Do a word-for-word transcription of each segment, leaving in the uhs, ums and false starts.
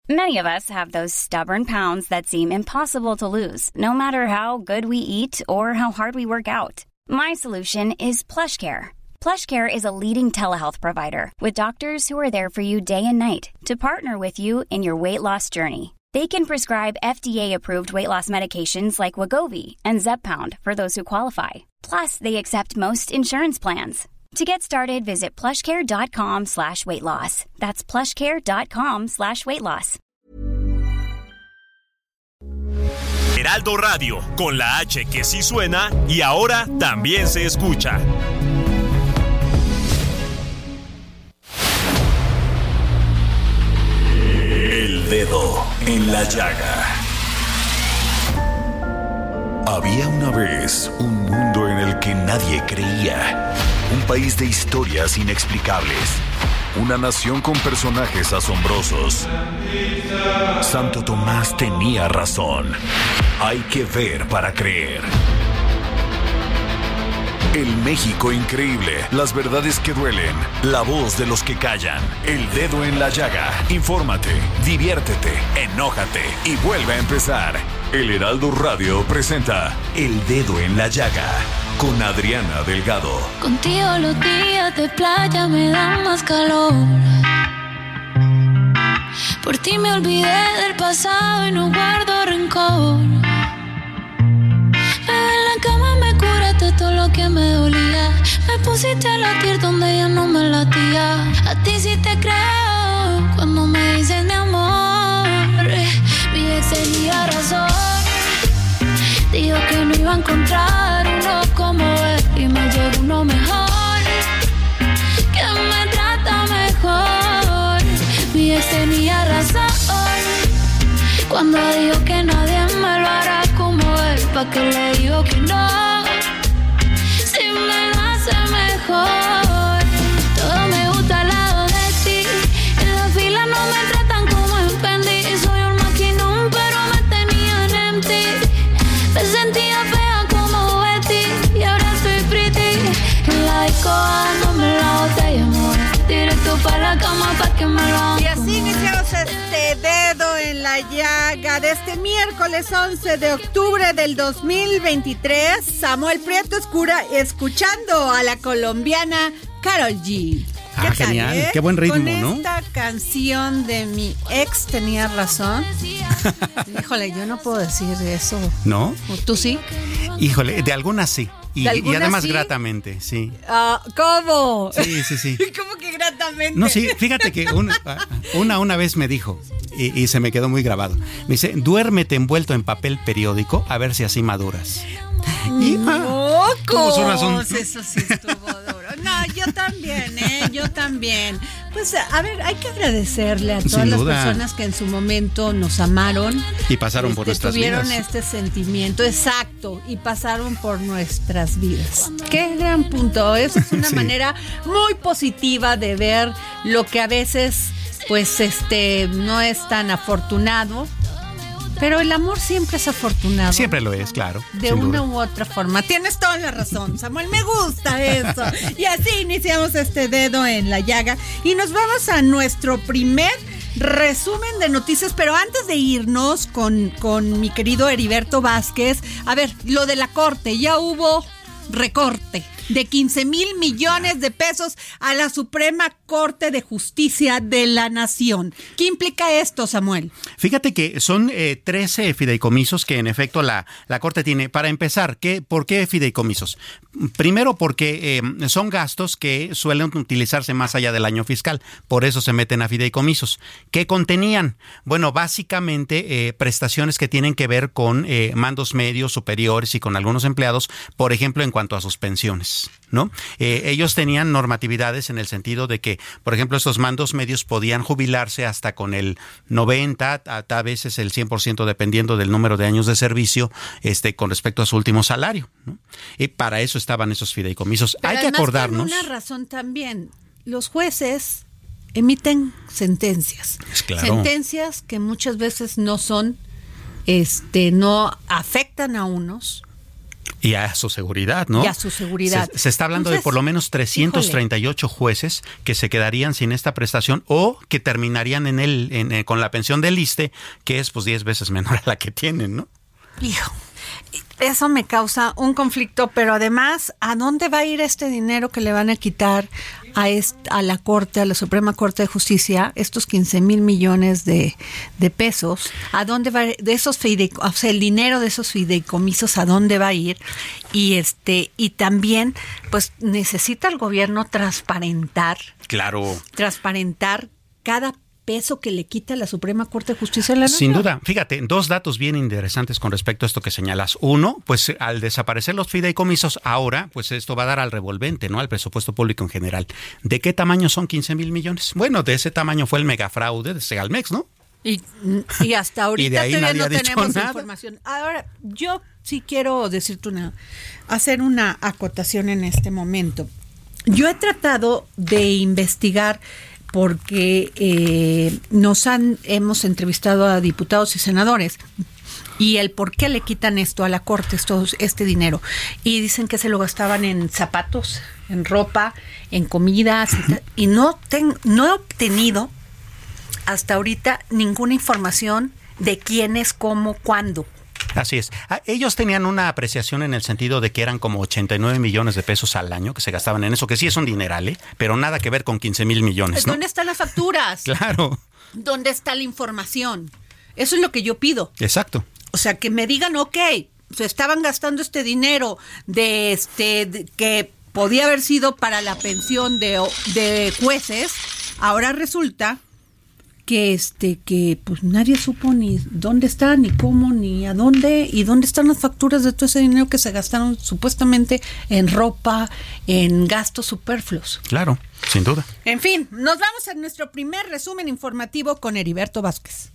Many of us have those stubborn pounds that seem impossible to lose, no matter how good we eat or how hard we work out. My solution is PlushCare. PlushCare is a leading telehealth provider with doctors who are there for you day and night to partner with you in your weight loss journey. They can prescribe F D A-approved weight loss medications like Wegovy and Zepbound for those who qualify. Plus, they accept most insurance plans. To get started, visit plushcare.com slash weight loss. That's plushcare.com slash weight loss. Heraldo Radio, con la H que sí suena y ahora también se escucha. El dedo en la llaga. Había una vez un mundo en el que nadie creía. Un país de historias inexplicables. Una nación con personajes asombrosos. Santo Tomás tenía razón. Hay que ver para creer. El México increíble. Las verdades que duelen. La voz de los que callan. El dedo en la llaga. Infórmate, diviértete, enójate y vuelve a empezar. El Heraldo Radio presenta El Dedo en la Llaga con Adriana Delgado. Contigo los días de playa me dan más calor. Por ti me olvidé del pasado y no guardo rencor. Bebé, en la cama me curaste todo lo que me dolía. Me pusiste a latir donde ya no me latía. A ti sí te creo cuando me dices mi amor. Mi ex tenía razón. Dijo que no iba a encontrar uno como él y me llegó uno mejor, que me trata mejor. Mi ex tenía razón cuando dijo que nadie me lo hará como él. ¿Pa' qué le digo que no? Si me lo hace mejor. Todo me gusta al lado de ti. En la fila no me tratan como en Fendi. Soy un maquinón pero me tenían en ti. Me sentía fea como Betty y ahora soy pretty. En la disco dándome la botella, amor. Directo para la cama pa' que me lo hagan. Y así iniciamos este dedo en la llaga de este miércoles once de octubre del dos mil veintitrés. Samuel Prieto Escura escuchando a la colombiana Karol G. Ah, genial, tal, eh? Qué buen ritmo, Con ¿no? Esta canción de Mi Ex Tenía Razón. Híjole, yo no puedo decir eso. ¿No? ¿Tú sí? Híjole, de algunas sí. Y, ¿De algunas y además sí? gratamente, sí. Uh, ¿Cómo? Sí, sí, sí. ¿Cómo que gratamente? No, sí, fíjate que una, una, una vez me dijo, y, y se me quedó muy grabado, me dice, duérmete envuelto en papel periódico a ver si así maduras. Y, no, tuvo su razón. Eso sí estuvo duro. No, yo también, ¿eh? Yo también. Pues, a ver, hay que agradecerle a todas Sin las duda. personas que en su momento nos amaron. Y pasaron por este, nuestras tuvieron vidas. este sentimiento, exacto, y pasaron por nuestras vidas. Qué gran punto. Eso es una Sí. manera muy positiva de ver lo que a veces, pues, este, no es tan afortunado. Pero el amor siempre es afortunado. Siempre lo es, claro. De sin una duda. u otra forma. Tienes toda la razón, Samuel. Me gusta eso. Y así iniciamos este dedo en la llaga. Y nos vamos a nuestro primer resumen de noticias. Pero antes de irnos con, con mi querido Heriberto Vázquez, a ver, lo de la corte. Ya hubo recorte de quince mil millones de pesos a la Suprema Corte de Justicia de la Nación. ¿Qué implica esto, Samuel? Fíjate que son eh, trece fideicomisos que en efecto la, la Corte tiene. Para empezar, ¿qué, ¿por qué fideicomisos? Primero porque eh, son gastos que suelen utilizarse más allá del año fiscal, por eso se meten a fideicomisos. ¿Qué contenían? Bueno, básicamente eh, prestaciones que tienen que ver con eh, mandos medios, superiores y con algunos empleados, por ejemplo, en cuanto a sus pensiones, ¿no? Eh, ellos tenían normatividades en el sentido de que, por ejemplo, estos mandos medios podían jubilarse hasta con el noventa, a, a veces el cien por ciento dependiendo del número de años de servicio, este, con respecto a su último salario, ¿no? Y para eso estaban esos fideicomisos. Pero hay que además, acordarnos. Por una razón también, los jueces emiten sentencias, Es claro. sentencias que muchas veces no son, este, no afectan a unos Y a su seguridad, ¿no? Y a su seguridad. Se, se está hablando Entonces, de por lo menos trescientos treinta y ocho híjole. jueces que se quedarían sin esta prestación o que terminarían en el, en, en, con la pensión del ISSSTE, que es pues diez veces menor a la que tienen, ¿no? Hijo, eso me causa un conflicto, pero además, ¿a dónde va a ir este dinero que le van a quitar a, est, a la Corte, a la Suprema Corte de Justicia, estos quince mil millones de, de pesos? ¿A dónde va a ir, de esos fideicomisos, o sea, el dinero de esos fideicomisos, a dónde va a ir? Y este, y también, pues, necesita el gobierno transparentar. Claro. Transparentar cada peso que le quita la Suprema Corte de Justicia de la Nación. Sin duda. Fíjate, dos datos bien interesantes con respecto a esto que señalas. Uno, pues al desaparecer los fideicomisos, ahora, pues esto va a dar al revolvente, ¿no? Al presupuesto público en general. ¿De qué tamaño son quince mil millones? Bueno, de ese tamaño fue el megafraude de Segalmex, ¿no? Y, y hasta ahorita y de ahí todavía nadie no ha dicho tenemos nada. información. Ahora, yo sí quiero decirte una, hacer una acotación en este momento. Yo he tratado de investigar porque eh, nos han hemos entrevistado a diputados y senadores y el por qué le quitan esto a la Corte, esto, este dinero, y dicen que se lo gastaban en zapatos, en ropa, en comidas, y, y no, ten, no he obtenido hasta ahorita ninguna información de quiénes, cómo, cuándo. Así es. Ellos tenían una apreciación en el sentido de que eran como ochenta y nueve millones de pesos al año que se gastaban en eso, que sí es un dineral, ¿eh? Pero nada que ver con quince mil millones, ¿no? ¿Dónde están las facturas? Claro. ¿Dónde está la información? Eso es lo que yo pido. Exacto. O sea, que me digan, ok, se estaban gastando este dinero de este de, que podía haber sido para la pensión de, de jueces, ahora resulta que este que pues nadie supo ni dónde está, ni cómo, ni a dónde, y dónde están las facturas de todo ese dinero que se gastaron supuestamente en ropa, en gastos superfluos. Claro, sin duda. En fin, nos vamos a nuestro primer resumen informativo con Heriberto Vázquez.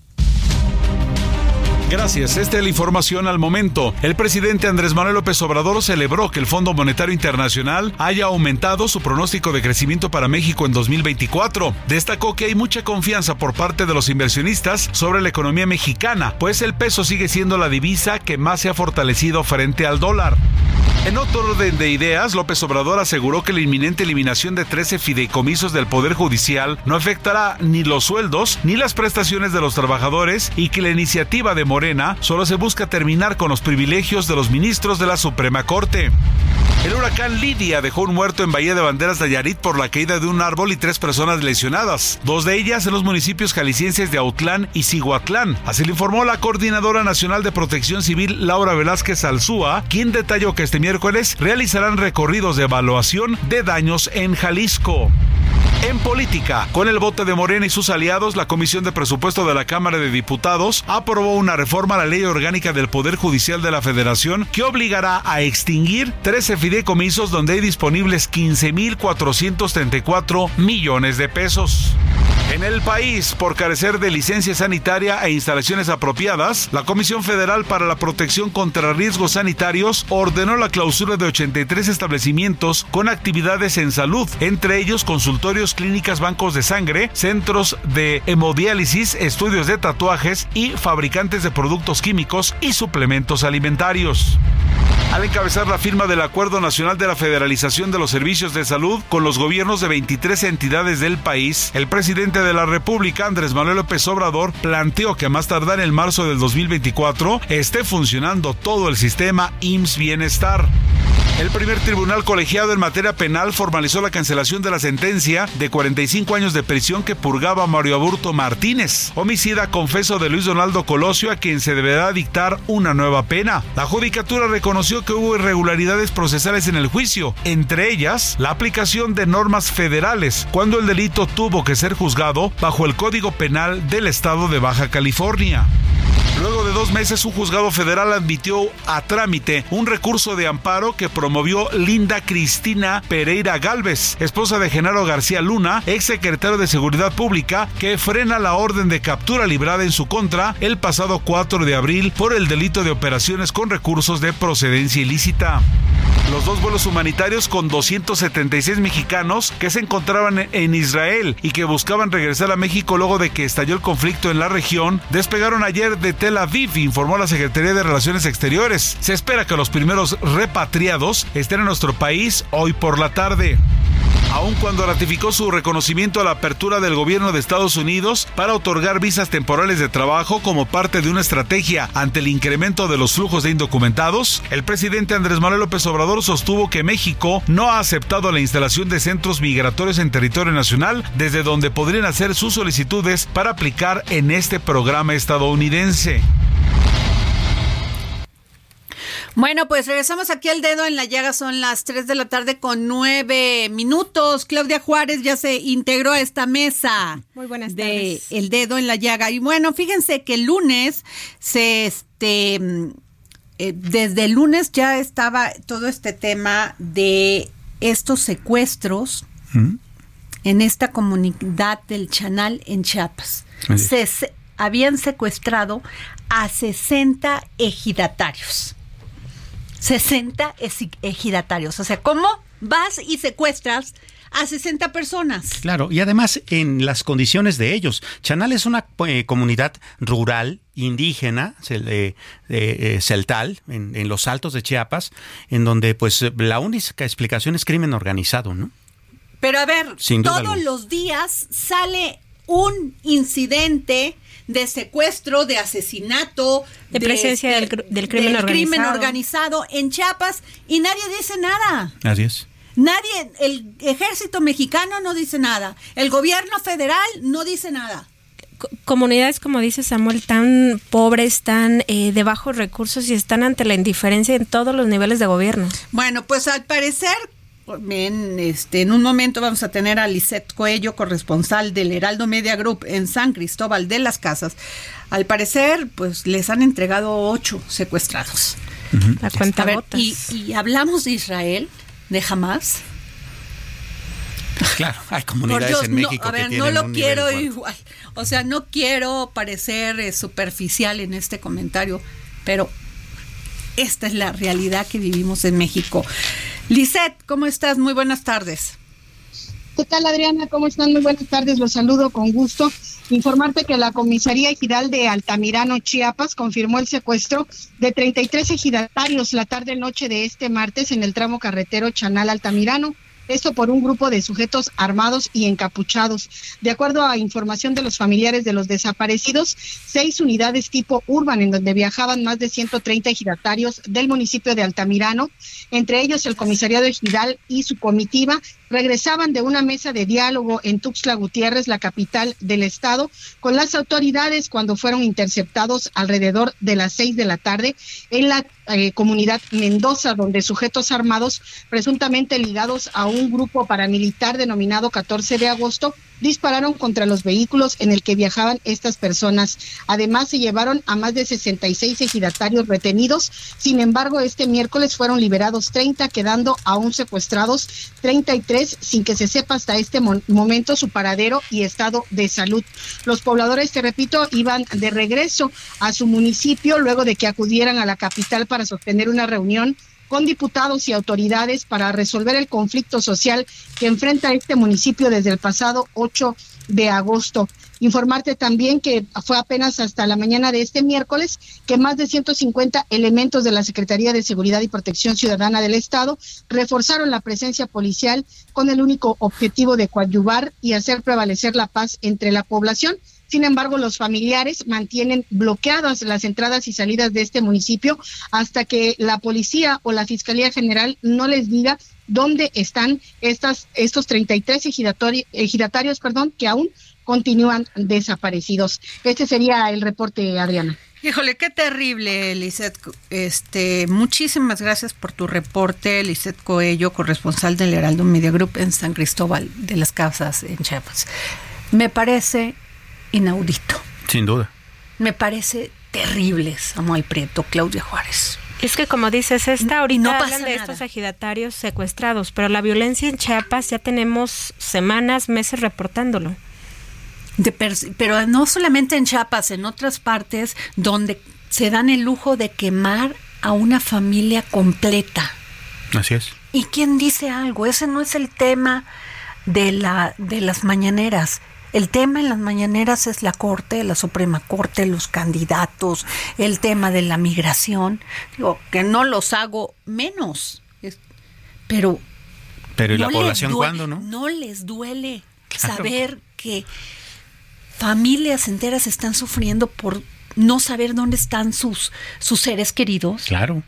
Gracias, esta es la información al momento. El presidente Andrés Manuel López Obrador celebró que el Fondo Monetario Internacional haya aumentado su pronóstico de crecimiento para México en dos mil veinticuatro. Destacó que hay mucha confianza por parte de los inversionistas sobre la economía mexicana, pues el peso sigue siendo la divisa que más se ha fortalecido frente al dólar. En otro orden de ideas, López Obrador aseguró que la inminente eliminación de trece fideicomisos del Poder Judicial no afectará ni los sueldos ni las prestaciones de los trabajadores y que la iniciativa de Morena solo se busca terminar con los privilegios de los ministros de la Suprema Corte. El huracán Lidia dejó un muerto en Bahía de Banderas, Nayarit, por la caída de un árbol y tres personas lesionadas, dos de ellas en los municipios jaliscienses de Autlán y Cihuatlán. Así lo informó la Coordinadora Nacional de Protección Civil, Laura Velázquez Alzúa, quien detalló que este miércoles realizarán recorridos de evaluación de daños en Jalisco. En política, con el voto de Morena y sus aliados, la Comisión de Presupuesto de la Cámara de Diputados aprobó una reforma a la Ley Orgánica del Poder Judicial de la Federación que obligará a extinguir trece fideicomisos donde hay disponibles quince mil cuatrocientos treinta y cuatro millones de pesos. En el país, por carecer de licencia sanitaria e instalaciones apropiadas, la Comisión Federal para la Protección contra Riesgos Sanitarios ordenó la clausura de ochenta y tres establecimientos con actividades en salud, entre ellos consultorios, clínicas, bancos de sangre, centros de hemodiálisis, estudios de tatuajes y fabricantes de productos químicos y suplementos alimentarios. Al encabezar la firma del Acuerdo Nacional de la Federalización de los Servicios de Salud con los gobiernos de veintitrés entidades del país, el presidente de la República, Andrés Manuel López Obrador, planteó que a más tardar en marzo del dos mil veinticuatro esté funcionando todo el sistema I M S S Bienestar. El primer tribunal colegiado en materia penal formalizó la cancelación de la sentencia de cuarenta y cinco años de prisión que purgaba Mario Aburto Martínez, homicida confeso de Luis Donaldo Colosio, a quien se deberá dictar una nueva pena. La judicatura reconoció que hubo irregularidades procesales en el juicio, entre ellas la aplicación de normas federales, cuando el delito tuvo que ser juzgado bajo el Código Penal del Estado de Baja California. Luego de dos meses, un juzgado federal admitió a trámite un recurso de amparo que promovió Linda Cristina Pereira Gálvez, esposa de Genaro García Luna, exsecretario de Seguridad Pública, que frena la orden de captura librada en su contra el pasado cuatro de abril por el delito de operaciones con recursos de procedencia ilícita. los dos vuelos humanitarios con doscientos setenta y seis mexicanos que se encontraban en Israel y que buscaban regresar a México luego de que estalló el conflicto en la región, despegaron ayer de Tel Aviv, informó la Secretaría de Relaciones Exteriores. Se espera que los primeros repatriados estén en nuestro país hoy por la tarde. Aun cuando ratificó su reconocimiento a la apertura del gobierno de Estados Unidos para otorgar visas temporales de trabajo como parte de una estrategia ante el incremento de los flujos de indocumentados, el presidente Andrés Manuel López Obrador sostuvo que México no ha aceptado la instalación de centros migratorios en territorio nacional desde donde podrían hacer sus solicitudes para aplicar en este programa estadounidense. Bueno, pues regresamos aquí al Dedo en la Llaga, son las tres de la tarde con nueve minutos. Claudia Juárez ya se integró a esta mesa. Muy buenas de tardes. El Dedo en la Llaga. Y bueno, fíjense que el lunes se, este, eh, desde el lunes ya estaba todo este tema de estos secuestros ¿Mm? en esta comunidad del Chanal en Chiapas. Se, se habían secuestrado a sesenta ejidatarios. sesenta ejidatarios. O sea, ¿cómo vas y secuestras a sesenta personas? Claro, y además en las condiciones de ellos. Chanal es una eh, comunidad rural, indígena, eh, eh, celtal, en, en los altos de Chiapas, en donde pues la única explicación es crimen organizado, ¿no? Pero a ver, todos alguna. los días sale un incidente de secuestro, de asesinato, de, de presencia de, del, del, crimen, del organizado. crimen organizado en Chiapas y nadie dice nada. Así es. Nadie, el ejército mexicano no dice nada, el gobierno federal no dice nada. Comunidades, como dice Samuel, tan pobres, tan eh, de bajos recursos y están ante la indiferencia en todos los niveles de gobierno. Bueno, pues al parecer, en, este, en un momento vamos a tener a Lisette Coello, corresponsal del Heraldo Media Group en San Cristóbal de las Casas. Al parecer, pues les han entregado ocho secuestrados. Uh-huh. La cuenta a ver, gotas. Y, y hablamos de Israel, de Hamás. Pues claro, hay comunidades Dios, en México no, a ver, que tienen no lo un quiero nivel igual. O sea, no quiero parecer eh, superficial en este comentario, pero esta es la realidad que vivimos en México. Lisette, ¿cómo estás? Muy buenas tardes. ¿Qué tal, Adriana? ¿Cómo están? Muy buenas tardes, los saludo con gusto. Informarte que la Comisaría Ejidal de Altamirano, Chiapas, confirmó el secuestro de treinta y tres ejidatarios la tarde-noche de este martes en el tramo carretero Chanal-Altamirano. Esto por un grupo de sujetos armados y encapuchados. De acuerdo a información de los familiares de los desaparecidos, seis unidades tipo Urban, en donde viajaban más de ciento treinta ejidatarios del municipio de Altamirano, entre ellos el comisariado ejidal y su comitiva, regresaban de una mesa de diálogo en Tuxtla Gutiérrez, la capital del estado, con las autoridades cuando fueron interceptados alrededor de las seis de la tarde en la eh, comunidad Mendoza, donde sujetos armados presuntamente ligados a un grupo paramilitar denominado catorce de agosto dispararon contra los vehículos en el que viajaban estas personas. Además, se llevaron a más de sesenta y seis ejidatarios retenidos. Sin embargo, este miércoles fueron liberados treinta, quedando aún secuestrados treinta y tres, sin que se sepa hasta este mo- momento su paradero y estado de salud. Los pobladores, te repito, iban de regreso a su municipio luego de que acudieran a la capital para sostener una reunión con diputados y autoridades para resolver el conflicto social que enfrenta este municipio desde el pasado ocho de agosto. Informarte también que fue apenas hasta la mañana de este miércoles que más de ciento cincuenta elementos de la Secretaría de Seguridad y Protección Ciudadana del Estado reforzaron la presencia policial con el único objetivo de coadyuvar y hacer prevalecer la paz entre la población. Sin embargo, los familiares mantienen bloqueadas las entradas y salidas de este municipio hasta que la policía o la Fiscalía General no les diga dónde están estas, estos treinta y tres ejidatori- ejidatarios, perdón, que aún continúan desaparecidos. Este sería el reporte, Adriana. Híjole, qué terrible, Lisette. Este, muchísimas gracias por tu reporte, Lisette Coello, corresponsal del Heraldo Media Group en San Cristóbal de las Casas, en Chiapas. Me parece inaudito. Sin duda. Me parece terrible, Samuel Prieto, Claudia Juárez. Es que como dices, esta ahorita no pasa hablan de nada. estos ejidatarios secuestrados, pero la violencia en Chiapas ya tenemos semanas, meses reportándolo. De pers- pero no solamente en Chiapas, en otras partes donde se dan el lujo de quemar a una familia completa. Así es. ¿Y quién dice algo? Ese no es el tema de la de las mañaneras. El tema en las mañaneras es la Corte, la Suprema Corte, los candidatos, el tema de la migración. Digo, que no los hago menos, es, pero... Pero ¿y no la población duele, cuándo, no? No les duele Claro. saber que familias enteras están sufriendo por no saber dónde están sus, sus seres queridos. Claro.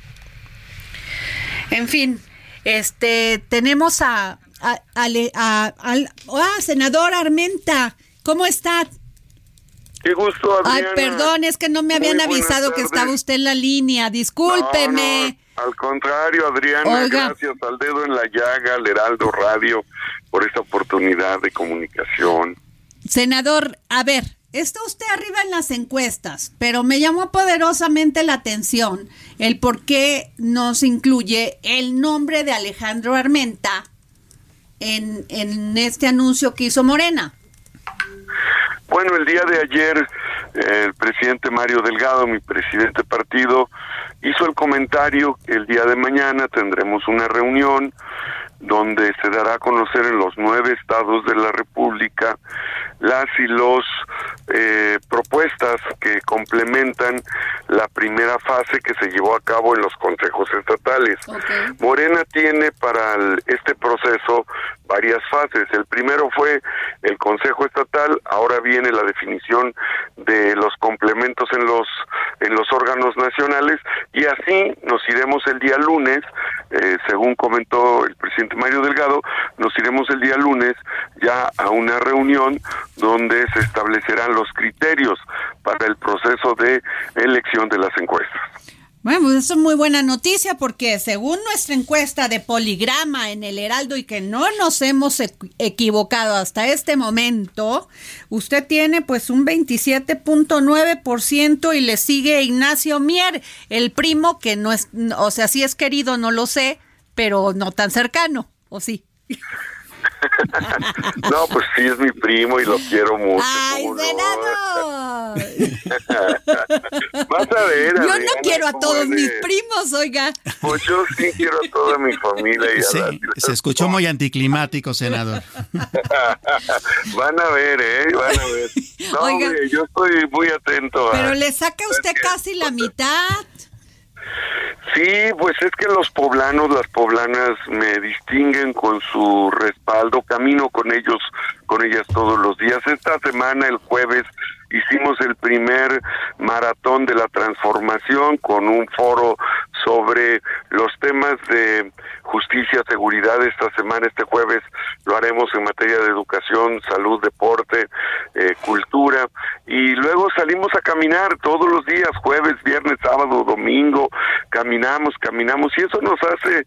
En fin, este tenemos a... A, a, a, a, ah, senador Armenta, ¿cómo está? Qué gusto, Adriana. Ay, perdón, es que no me habían avisado que estaba usted en la línea, discúlpeme. No, no, al contrario, Adriana, Oiga. Gracias al dedo en la llaga, al Heraldo Radio, por esta oportunidad de comunicación. Senador, a ver, está usted arriba en las encuestas, pero me llamó poderosamente la atención el por qué no se incluye el nombre de Alejandro Armenta En, en este anuncio que hizo Morena. Bueno, el día de ayer el presidente Mario Delgado, mi presidente de partido, hizo el comentario que el día de mañana tendremos una reunión donde se dará a conocer en los nueve estados de la República las y los eh, propuestas que complementan la primera fase que se llevó a cabo en los consejos estatales. Okay. Morena tiene para el, este proceso varias fases. El primero fue el Consejo Estatal, ahora viene la definición de los complementos en los en los órganos nacionales, y así nos iremos el día lunes, eh, según comentó el presidente Mario Delgado, nos iremos el día lunes ya a una reunión donde se establecerán los criterios para el proceso de elección de las encuestas. Bueno, pues eso es muy buena noticia, porque según nuestra encuesta de Poligrama en el Heraldo, y que no nos hemos equivocado hasta este momento, usted tiene pues un veintisiete punto nueve por ciento y le sigue Ignacio Mier, el primo que no es, o sea, sí es querido, no lo sé, pero no tan cercano, ¿o sí? No, pues sí es mi primo y lo quiero mucho. ¡Ay, senador! Vas a ver, yo Adriana, no quiero a todos eres. mis primos, oiga. Pues yo sí quiero a toda mi familia. Y sí, a la... se escuchó muy anticlimático, senador. Van a ver, ¿eh? Van a ver. No, oiga, hombre, yo estoy muy atento. Pero a... le saca usted es que... casi la mitad. Sí, pues es que los poblanos, las poblanas me distinguen con su respaldo, camino con ellos, con ellas todos los días. Esta semana, el jueves, hicimos el primer maratón de la transformación con un foro sobre los temas de justicia, seguridad. Esta semana, este jueves, lo haremos en materia de educación, salud, deporte, eh, cultura, y luego salimos a caminar todos los días, jueves, viernes, sábado, domingo, caminamos, caminamos, y eso nos hace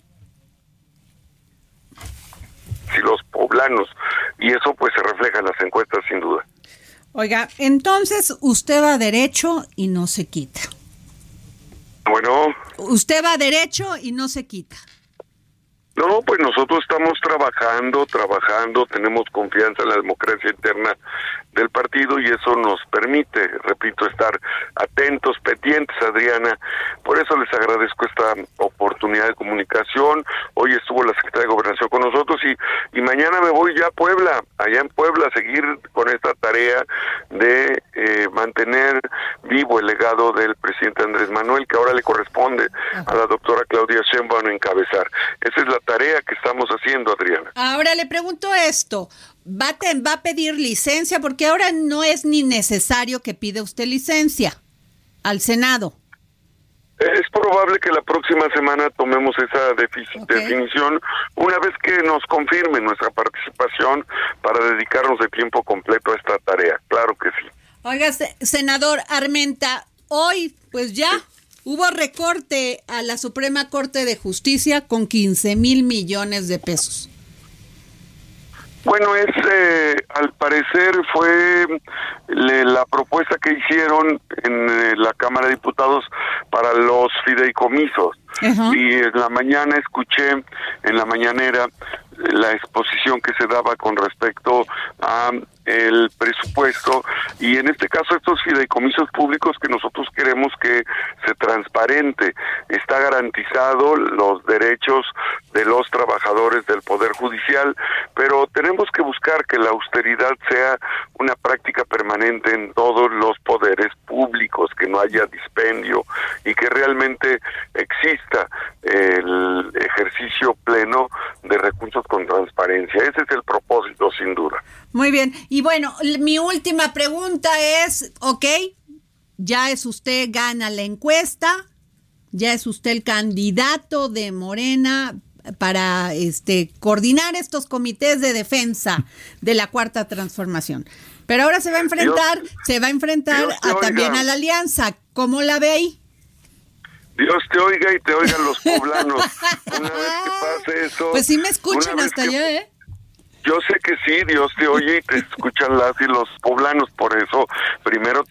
si los poblanos, y eso pues se refleja en las encuestas sin duda. Oiga, entonces usted va derecho y no se quita. Bueno. Usted va derecho y no se quita. No, pues nosotros estamos trabajando, trabajando, tenemos confianza en la democracia interna del partido y eso nos permite, repito, estar atentos, pendientes, Adriana. Por eso les agradezco esta oportunidad de comunicación. Hoy estuvo la secretaria de Gobernación con nosotros y, y mañana me voy ya a Puebla, allá en Puebla, a seguir con esta tarea de eh, mantener vivo el legado del presidente Andrés Manuel, que ahora le corresponde a la doctora Claudia Sheinbaum encabezar. Esa es la tarea que estamos haciendo, Adriana. Ahora le pregunto esto, ¿va a, te, va a pedir licencia? Porque ahora no es ni necesario que pida usted licencia al Senado. Es probable que la próxima semana tomemos esa defic- okay. definición una vez que nos confirmen nuestra participación para dedicarnos de tiempo completo a esta tarea. Claro que sí. Oiga, senador Armenta, hoy pues ya... Sí. Hubo recorte a la Suprema Corte de Justicia con quince mil millones de pesos. Bueno, es eh, al parecer fue le, la propuesta que hicieron en eh, la Cámara de Diputados para los fideicomisos. Uh-huh. Y en la mañana escuché, en la mañanera, la exposición que se daba con respecto a el presupuesto, y en este caso estos fideicomisos públicos que nosotros queremos que se transparente. Está garantizado los derechos de los trabajadores del Poder Judicial, pero tenemos que buscar que la austeridad sea una práctica permanente en todos los poderes públicos, que no haya dispendio y que realmente exista el ejercicio pleno de recursos con transparencia. Ese es el propósito, sin duda. Muy bien. Y bueno, mi última pregunta es, ok, ya es usted, gana la encuesta, ya es usted el candidato de Morena para este coordinar estos comités de defensa de la Cuarta Transformación. Pero ahora se va a enfrentar, Dios, se va a enfrentar a, también a la alianza. ¿Cómo la ve ahí? Dios te oiga y te oigan los poblanos. Una vez que pase eso... Pues sí me escuchan hasta que, allá, ¿eh? Yo sé que sí, Dios te oye y te escuchan las y los poblanos, por eso primero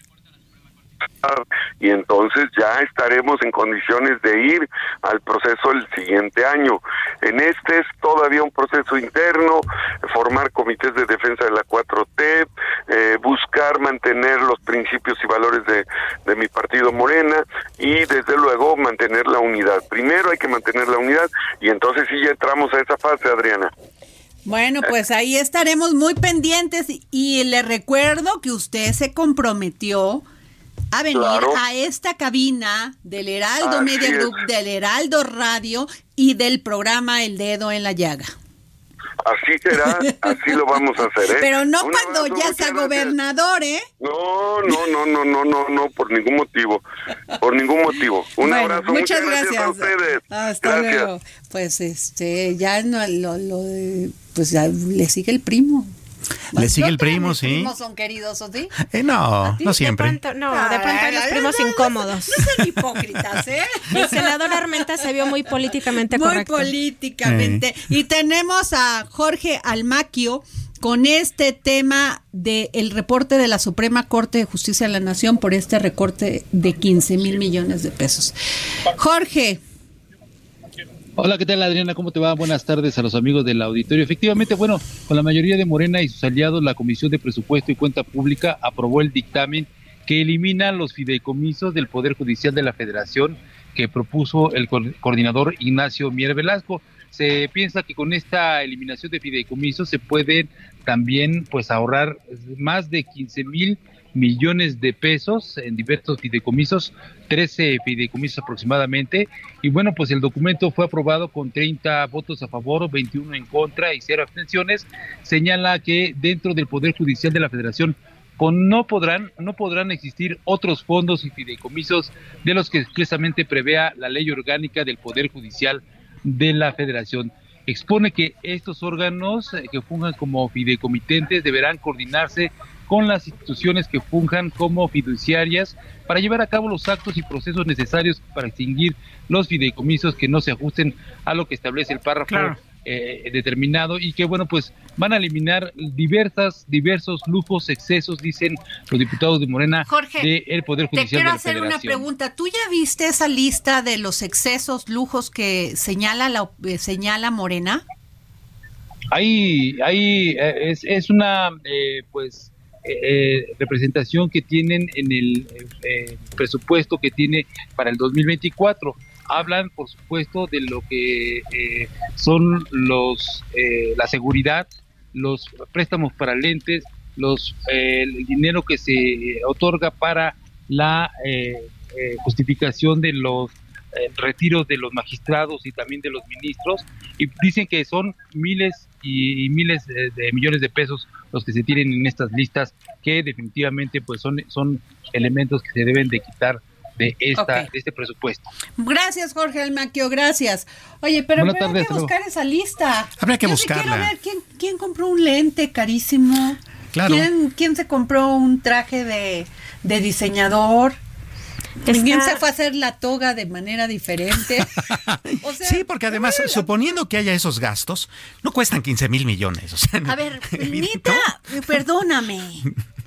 y entonces ya estaremos en condiciones de ir al proceso el siguiente año. En este es todavía un proceso interno, formar comités de defensa de la cuatro T, eh, buscar mantener los principios y valores de, de mi partido Morena y desde luego mantener la unidad. Primero hay que mantener la unidad y entonces sí ya entramos a esa fase, Adriana. Bueno, pues ahí estaremos muy pendientes y le recuerdo que usted se comprometió a venir claro. a esta cabina del Heraldo Así Media es. Group, del Heraldo Radio y del programa El Dedo en la Llaga. Así será, así lo vamos a hacer, ¿eh? Pero no Un cuando abrazo, ya sea gobernador, ¿eh? No, no, no, no, no, no, no, por ningún motivo, por ningún motivo. Un bueno, abrazo, muchas, muchas gracias. gracias a ustedes. Hasta gracias. luego. Pues este, ya no, lo, lo, pues ya le sigue el primo. Le sigue el primo, los sí. ¿Los primos son queridos o sí? Eh, no, no siempre. De pronto, no, de pronto hay los primos no, incómodos. No sean hipócritas, ¿eh? El senador Armenta se vio muy políticamente muy correcto. Muy políticamente. Sí. Y tenemos a Jorge Almaquio con este tema del reporte de la Suprema Corte de Justicia de la Nación por este recorte de quince mil millones de pesos. Jorge. Hola, ¿qué tal, Adriana? ¿Cómo te va? Buenas tardes a los amigos del auditorio. Efectivamente, bueno, con la mayoría de Morena y sus aliados, la Comisión de Presupuesto y Cuenta Pública aprobó el dictamen que elimina los fideicomisos del Poder Judicial de la Federación que propuso el co- coordinador Ignacio Mier Velasco. Se piensa que con esta eliminación de fideicomisos se pueden también pues ahorrar más de quince mil millones de pesos en diversos fideicomisos, trece fideicomisos aproximadamente, y bueno, pues el documento fue aprobado con treinta votos a favor, veintiuno en contra y cero abstenciones. Señala que dentro del Poder Judicial de la Federación con no podrán no podrán existir otros fondos y fideicomisos de los que expresamente prevea la ley orgánica del Poder Judicial de la Federación. Expone que estos órganos eh, que funjan como fideicomitentes deberán coordinarse con las instituciones que funjan como fiduciarias para llevar a cabo los actos y procesos necesarios para extinguir los fideicomisos que no se ajusten a lo que establece el párrafo claro. eh, determinado, y que bueno, pues van a eliminar diversas, diversos lujos, excesos, dicen los diputados de Morena, Jorge, del Poder Judicial de la Federación. Te quiero hacer una pregunta. ¿Tú ya viste esa lista de los excesos, lujos que señala la eh, señala Morena? Ahí, ahí eh, es, es una, eh, pues, Eh, representación que tienen en el eh, presupuesto que tiene para el dos mil veinticuatro. Hablan, por supuesto, de lo que eh, son los eh, la seguridad, los préstamos para lentes, los eh, el dinero que se otorga para la eh, eh, justificación de los eh, retiros de los magistrados y también de los ministros, y dicen que son miles y, y miles de, de millones de pesos los que se tienen en estas listas, que definitivamente pues son, son elementos que se deben de quitar de esta okay. de este presupuesto. Gracias, Jorge Almaquio, gracias. Oye, pero, pero hay que buscar esa lista. Habría que Yo buscarla. Sí quiero ver quién, quién compró un lente carísimo. Claro. ¿Quién, quién se compró un traje de, de diseñador? Está... ¿Quién se fue a hacer la toga de manera diferente? O sea, sí, porque además, la... suponiendo que haya esos gastos, no cuestan quince mil millones. O sea, a ver, Nita, ¿no? Perdóname. ¿No?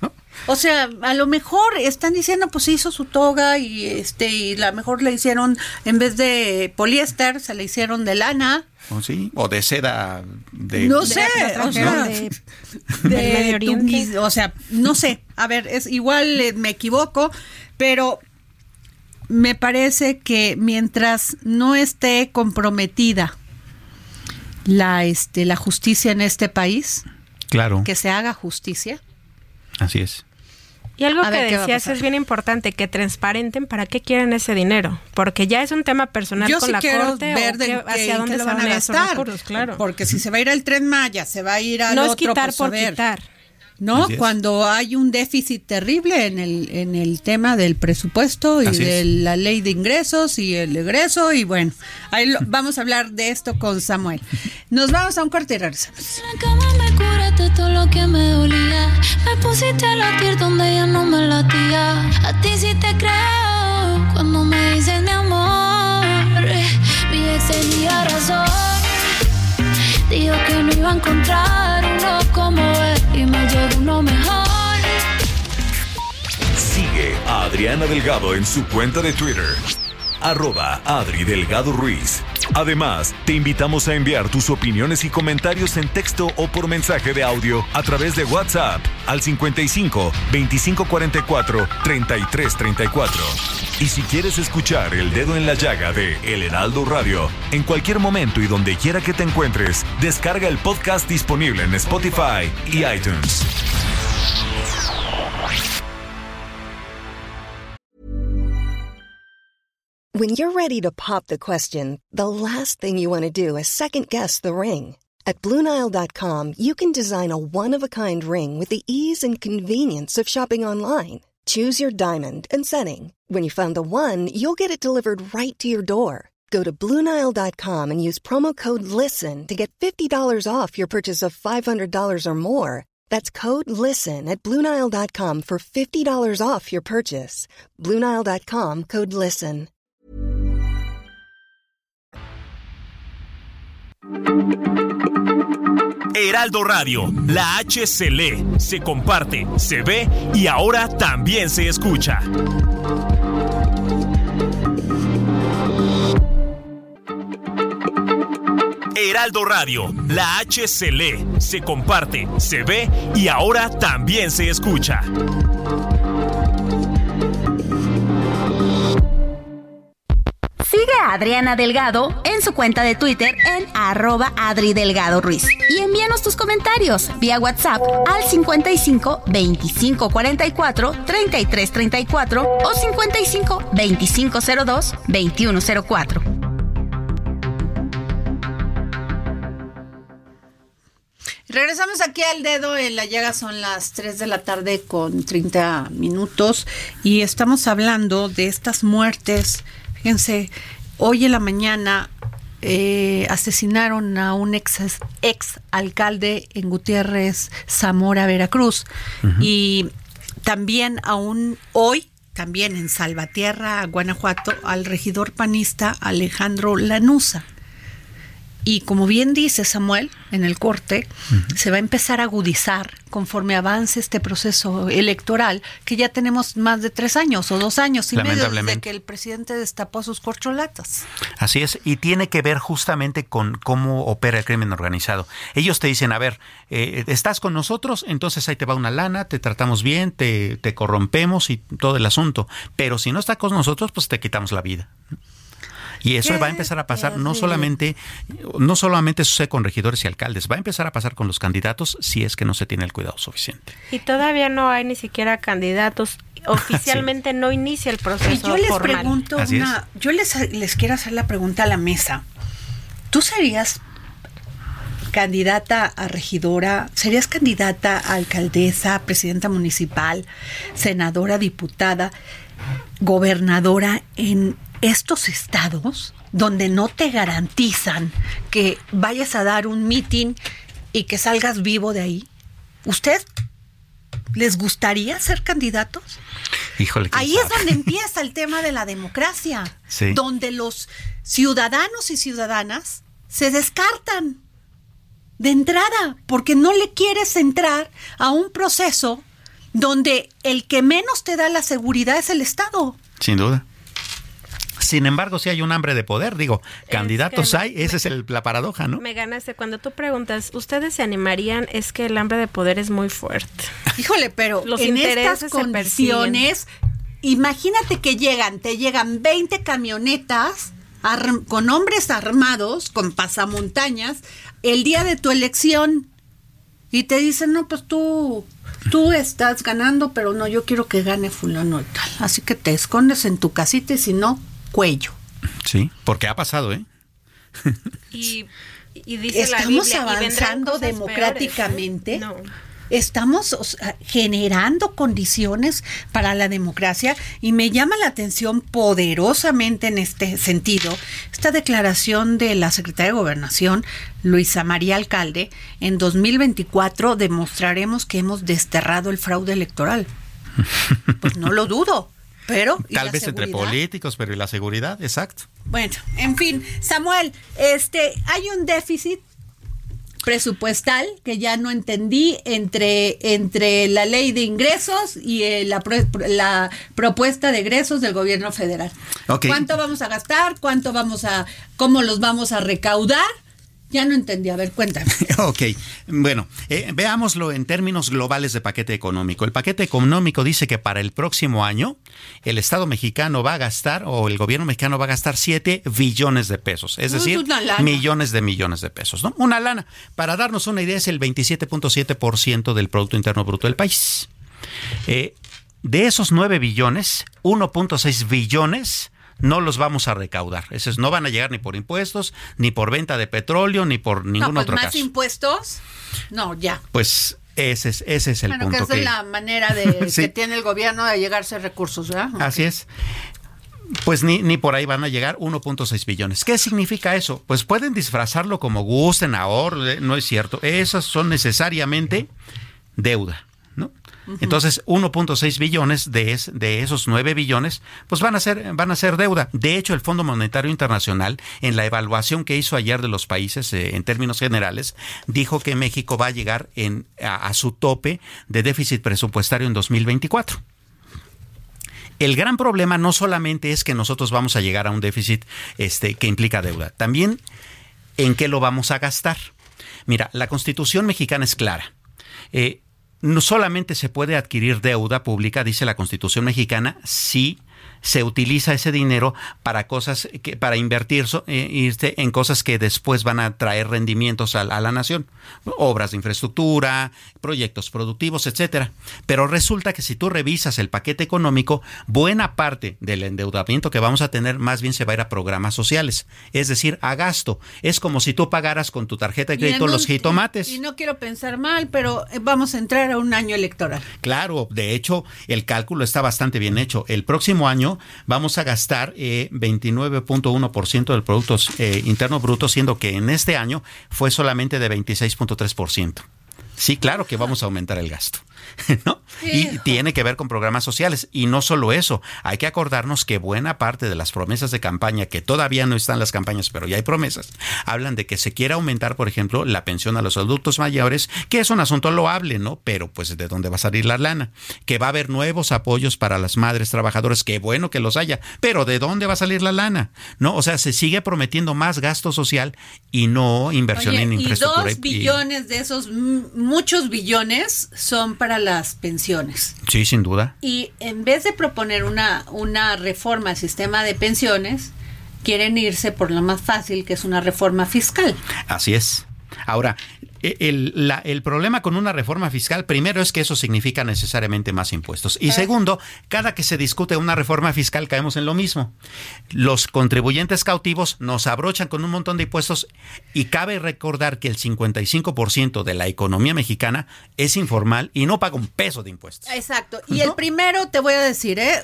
O sea, a lo mejor están diciendo, pues hizo su toga y este y la mejor le hicieron, en vez de poliéster, se le hicieron de lana. ¿O sí? O de seda. De, no de, sé, de, o sea, de, de, de Medio Oriente. O sea, no sé. A ver, es igual eh, me equivoco, pero me parece que mientras no esté comprometida la este la justicia en este país, claro, que se haga justicia. Así es. Y algo a que ver, decías es bien importante, que transparenten para qué quieren ese dinero, porque ya es un tema personal Yo con sí la quiero corte ver o de qué, qué, hacia dónde qué se lo van a van esos gastar, recursos, claro. Porque si se va a ir al Tren Maya, se va a ir al no otro, es quitar pues, por a ver, quitar. ¿no? Cuando hay un déficit terrible en el en el tema del presupuesto y Así de es. la ley de ingresos y el egreso y bueno, ahí lo, vamos a hablar de esto con Samuel. Nos vamos a un corte y regresamos. En la cama me curaste todo lo que me dolía. Me pusiste a latir donde ya no me latía. A ti sí te creo cuando me dices mi amor. Mi ex tenía razón. Dijo que no iba a encontrar uno como él y me llegó uno mejor. Sigue a Adriana Delgado en su cuenta de Twitter, arroba Adri Delgado Ruiz. Además, te invitamos a enviar tus opiniones y comentarios en texto o por mensaje de audio a través de WhatsApp al cincuenta y cinco, veinticinco cuarenta y cuatro, treinta y tres treinta y cuatro. Y si quieres escuchar El Dedo en la Llaga de El Heraldo Radio, en cualquier momento y donde quiera que te encuentres, descarga el podcast disponible en Spotify y iTunes. When you're ready to pop the question, the last thing you want to do is second-guess the ring. At Blue Nile dot com, you can design a one-of-a-kind ring with the ease and convenience of shopping online. Choose your diamond and setting. When you find the one, you'll get it delivered right to your door. Go to Blue Nile dot com and use promo code LISTEN to get fifty dollars off your purchase of five hundred dollars or more. That's code LISTEN at Blue Nile dot com for fifty dollars off your purchase. Blue Nile dot com, code LISTEN. Heraldo Radio, la H se lee, se comparte, se ve y ahora también se escucha. Heraldo Radio, la H se lee, se comparte, se ve y ahora también se escucha. Sigue a Adriana Delgado en su cuenta de Twitter en arroba Adri Delgado Ruiz. Y envíanos tus comentarios vía WhatsApp al cincuenta y cinco, veinticinco cuarenta y cuatro, treinta y tres treinta y cuatro o cincuenta y cinco, veinticinco cero dos, veintiuno cero cuatro. Regresamos aquí al Dedo en la Llaga, son las tres de la tarde con treinta minutos y estamos hablando de estas muertes. Fíjense, hoy en la mañana eh, asesinaron a un ex, ex alcalde en Gutiérrez, Zamora, Veracruz. Uh-huh. Y también aún hoy, también en Salvatierra, Guanajuato, al regidor panista Alejandro Lanuza. Y como bien dice Samuel en el corte, uh-huh, se va a empezar a agudizar conforme avance este proceso electoral, que ya tenemos más de tres años o dos años y medio desde que el presidente destapó sus corcholatas. Así es, y tiene que ver justamente con cómo opera el crimen organizado. Ellos te dicen, a ver, eh, estás con nosotros, entonces ahí te va una lana, te tratamos bien, te, te corrompemos y todo el asunto, pero si no estás con nosotros, pues te quitamos la vida. Y eso ¿Qué? va a empezar a pasar, no solamente, no solamente sucede con regidores y alcaldes, va a empezar a pasar con los candidatos si es que no se tiene el cuidado suficiente. Y todavía no hay ni siquiera candidatos, oficialmente sí. No inicia el proceso y yo les formal. Pregunto una, yo les, les quiero hacer la pregunta a la mesa. ¿Tú serías candidata a regidora, serías candidata a alcaldesa, presidenta municipal, senadora, diputada, gobernadora en estos estados donde no te garantizan que vayas a dar un meeting y que salgas vivo de ahí? ¿Usted les gustaría ser candidatos? Híjole, ahí sabe? Es donde empieza el tema de la democracia, sí, donde los ciudadanos y ciudadanas se descartan de entrada porque no le quieres entrar a un proceso donde el que menos te da la seguridad es el Estado. Sin duda. Sin embargo, sí hay un hambre de poder, digo, es candidatos hay, esa es el, la paradoja, ¿no? Me ganaste cuando tú preguntas, ¿ustedes se animarían? Es que el hambre de poder es muy fuerte. Híjole, pero los en intereses estas condiciones, imagínate que llegan, te llegan veinte camionetas ar- con hombres armados, con pasamontañas, el día de tu elección, y te dicen, no, pues tú... Tú estás ganando, pero no, yo quiero que gane fulano y tal. Así que te escondes en tu casita y si no, cuello. Sí, porque ha pasado, ¿eh? Y, y dice Estamos la Biblia, avanzando democráticamente. Peores, ¿eh? No. Estamos o sea, generando condiciones para la democracia y me llama la atención poderosamente en este sentido esta declaración de la secretaria de Gobernación, Luisa María Alcalde: en dos mil veinticuatro demostraremos que hemos desterrado el fraude electoral. Pues no lo dudo, pero tal vez entre políticos, pero ¿y la seguridad? Exacto. Bueno, en fin, Samuel, este, hay un déficit presupuestal que ya no entendí entre entre la ley de ingresos y eh, la, la propuesta de egresos del gobierno federal. Okay. ¿Cuánto vamos a gastar? ¿Cuánto vamos a cómo los vamos a recaudar? Ya no entendí, a ver, cuéntame. Ok, bueno, eh, veámoslo en términos globales de paquete económico. El paquete económico dice que para el próximo año el Estado mexicano va a gastar, o el gobierno mexicano va a gastar siete billones de pesos, es decir, millones de millones de pesos, ¿no? Una lana. Para darnos una idea, es el veintisiete punto siete por ciento del Producto Interno Bruto del país. Eh, de esos nueve billones, uno punto seis billones... no los vamos a recaudar. Esos no van a llegar ni por impuestos, ni por venta de petróleo, ni por ningún no, pues otro más caso. impuestos? No, ya. Pues ese es, ese es el bueno, punto. Que esa es la manera de sí. que tiene el gobierno de llegarse a recursos, ¿verdad? Así okay. es. Pues ni, ni por ahí van a llegar uno punto seis billones. ¿Qué significa eso? Pues pueden disfrazarlo como gusten, ahorro, no es cierto. Esas son necesariamente deuda, ¿no? Entonces, uno punto seis billones de, es, de esos nueve billones, pues van a ser van a ser deuda. De hecho, el Fondo Monetario Internacional, en la evaluación que hizo ayer de los países, eh, en términos generales, dijo que México va a llegar en, a, a su tope de déficit presupuestario en dos mil veinticuatro. El gran problema no solamente es que nosotros vamos a llegar a un déficit este, que implica deuda, también en qué lo vamos a gastar. Mira, la Constitución mexicana es clara. Eh, No solamente se puede adquirir deuda pública, dice la Constitución mexicana, si se utiliza ese dinero para cosas que, para invertir eh, irse en cosas que después van a traer rendimientos a, a la nación, obras de infraestructura, proyectos productivos, etcétera. Pero resulta que si tú revisas el paquete económico, buena parte del endeudamiento que vamos a tener más bien se va a ir a programas sociales, es decir, a gasto. Es como si tú pagaras con tu tarjeta de crédito los jitomates. Y, y no quiero pensar mal, pero vamos a entrar a un año electoral. Claro, de hecho, el cálculo está bastante bien hecho. El próximo año vamos a gastar eh, veintinueve punto uno por ciento del Producto eh, Interno Bruto, siendo que en este año fue solamente de veintiséis punto tres por ciento. Sí, claro que vamos a aumentar el gasto, ¿no? Y tiene que ver con programas sociales. Y no solo eso, hay que acordarnos que buena parte de las promesas de campaña, que todavía no están las campañas, pero ya hay promesas, hablan de que se quiera aumentar, por ejemplo, la pensión a los adultos mayores, que es un asunto loable, ¿no? Pero pues ¿de dónde va a salir la lana? Que va a haber nuevos apoyos para las madres trabajadoras, qué bueno que los haya, pero ¿de dónde va a salir la lana? ¿No? O sea, se sigue prometiendo más gasto social y no inversión Oye, en infraestructura. Y dos billones y... de esos, muchos billones son para las pensiones. Sí, sin duda. Y en vez de proponer una, una reforma al sistema de pensiones, quieren irse por lo más fácil, que es una reforma fiscal. Así es. Ahora, el, la, el problema con una reforma fiscal, primero, es que eso significa necesariamente más impuestos. Y segundo, cada que se discute una reforma fiscal caemos en lo mismo. Los contribuyentes cautivos nos abrochan con un montón de impuestos y cabe recordar que el cincuenta y cinco por ciento de la economía mexicana es informal y no paga un peso de impuestos. Exacto. Y ¿no? El primero, te voy a decir, ¿eh?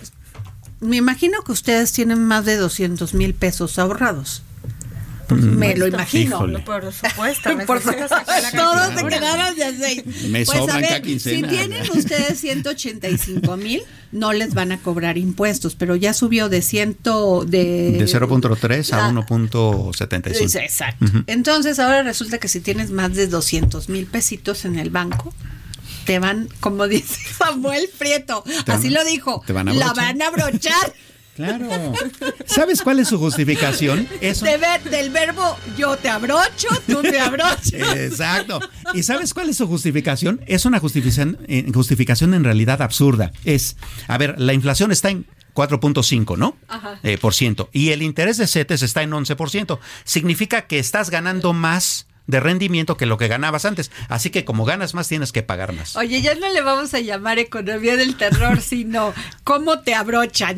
Me imagino que ustedes tienen más de doscientos mil pesos ahorrados. Pues me supuesto, lo imagino. Híjole. Por supuesto. Por supuesto. Todos se quedaron de aceite. Me pues sobran a ver, cada quincena. Si tienen ustedes ciento ochenta y cinco mil, no les van a cobrar impuestos, pero ya subió de ciento de de cero punto tres a uno punto setenta y cinco. Exacto. Uh-huh. Entonces ahora resulta que si tienes más de doscientos mil pesitos en el banco, te van, como dice Samuel Prieto, te así van, lo dijo, van la van a abrochar. Claro. ¿Sabes cuál es su justificación? Eso. De ver, del verbo yo te abrocho, tú te abrochas. Exacto. ¿Y sabes cuál es su justificación? Es una justificación, eh, justificación en realidad absurda. Es, a ver, la inflación está en cuatro punto cinco, ¿no? Ajá. Eh, por ciento. Y el interés de CETES está en once por ciento. Significa que estás ganando más de rendimiento que lo que ganabas antes. Así que como ganas más, tienes que pagar más. Oye, ya no le vamos a llamar economía del terror, sino cómo te abrochan.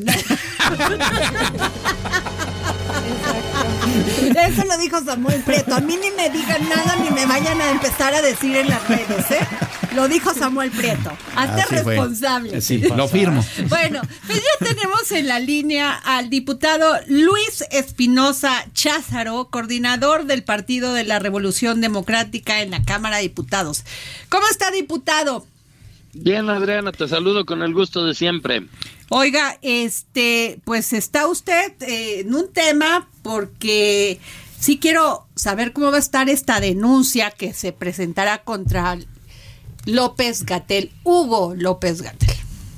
Eso lo dijo Samuel Prieto. A mí ni me digan nada ni me vayan a empezar a decir en las redes, ¿eh? Lo dijo Samuel Prieto. Hazte Así responsable. Fue. Sí, lo firmo. Bueno, pues ya tenemos en la línea al diputado Luis Espinosa Cházaro, coordinador del Partido de la Revolución Democrática en la Cámara de Diputados. ¿Cómo está, diputado? Bien, Adriana, te saludo con el gusto de siempre. Oiga, este, pues está usted eh, en un tema porque sí quiero saber cómo va a estar esta denuncia que se presentará contra López-Gatell, Hugo López-Gatell.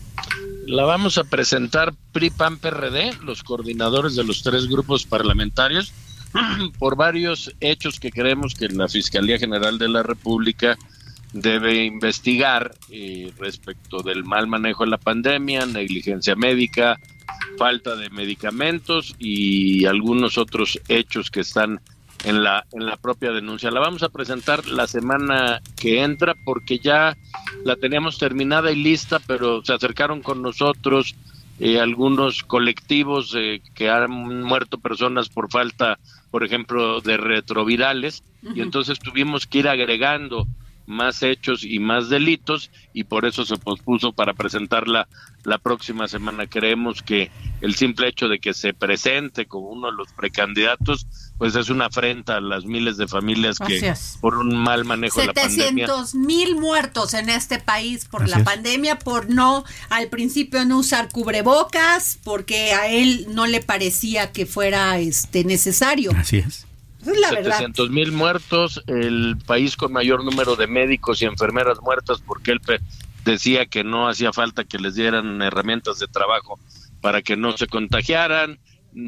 La vamos a presentar P R I, P A N, P R D, los coordinadores de los tres grupos parlamentarios, por varios hechos que creemos que la Fiscalía General de la República debe investigar eh, respecto del mal manejo de la pandemia, negligencia médica, falta de medicamentos y algunos otros hechos que están en la en la propia denuncia. La vamos a presentar la semana que entra porque ya la teníamos terminada y lista, pero se acercaron con nosotros eh, algunos colectivos eh, que han muerto personas por falta, por ejemplo, de retrovirales, uh-huh. y entonces tuvimos que ir agregando más hechos y más delitos y por eso se pospuso para presentarla la próxima semana. Creemos que el simple hecho de que se presente como uno de los precandidatos pues es una afrenta a las miles de familias que Gracias. Por un mal manejo de la pandemia. setecientos mil muertos en este país por Gracias. La pandemia, por no, al principio no usar cubrebocas, porque a él no le parecía que fuera este necesario. Así es. Es la setecientos mil muertos, el país con mayor número de médicos y enfermeras muertas porque él pe- decía que no hacía falta que les dieran herramientas de trabajo para que no se contagiaran,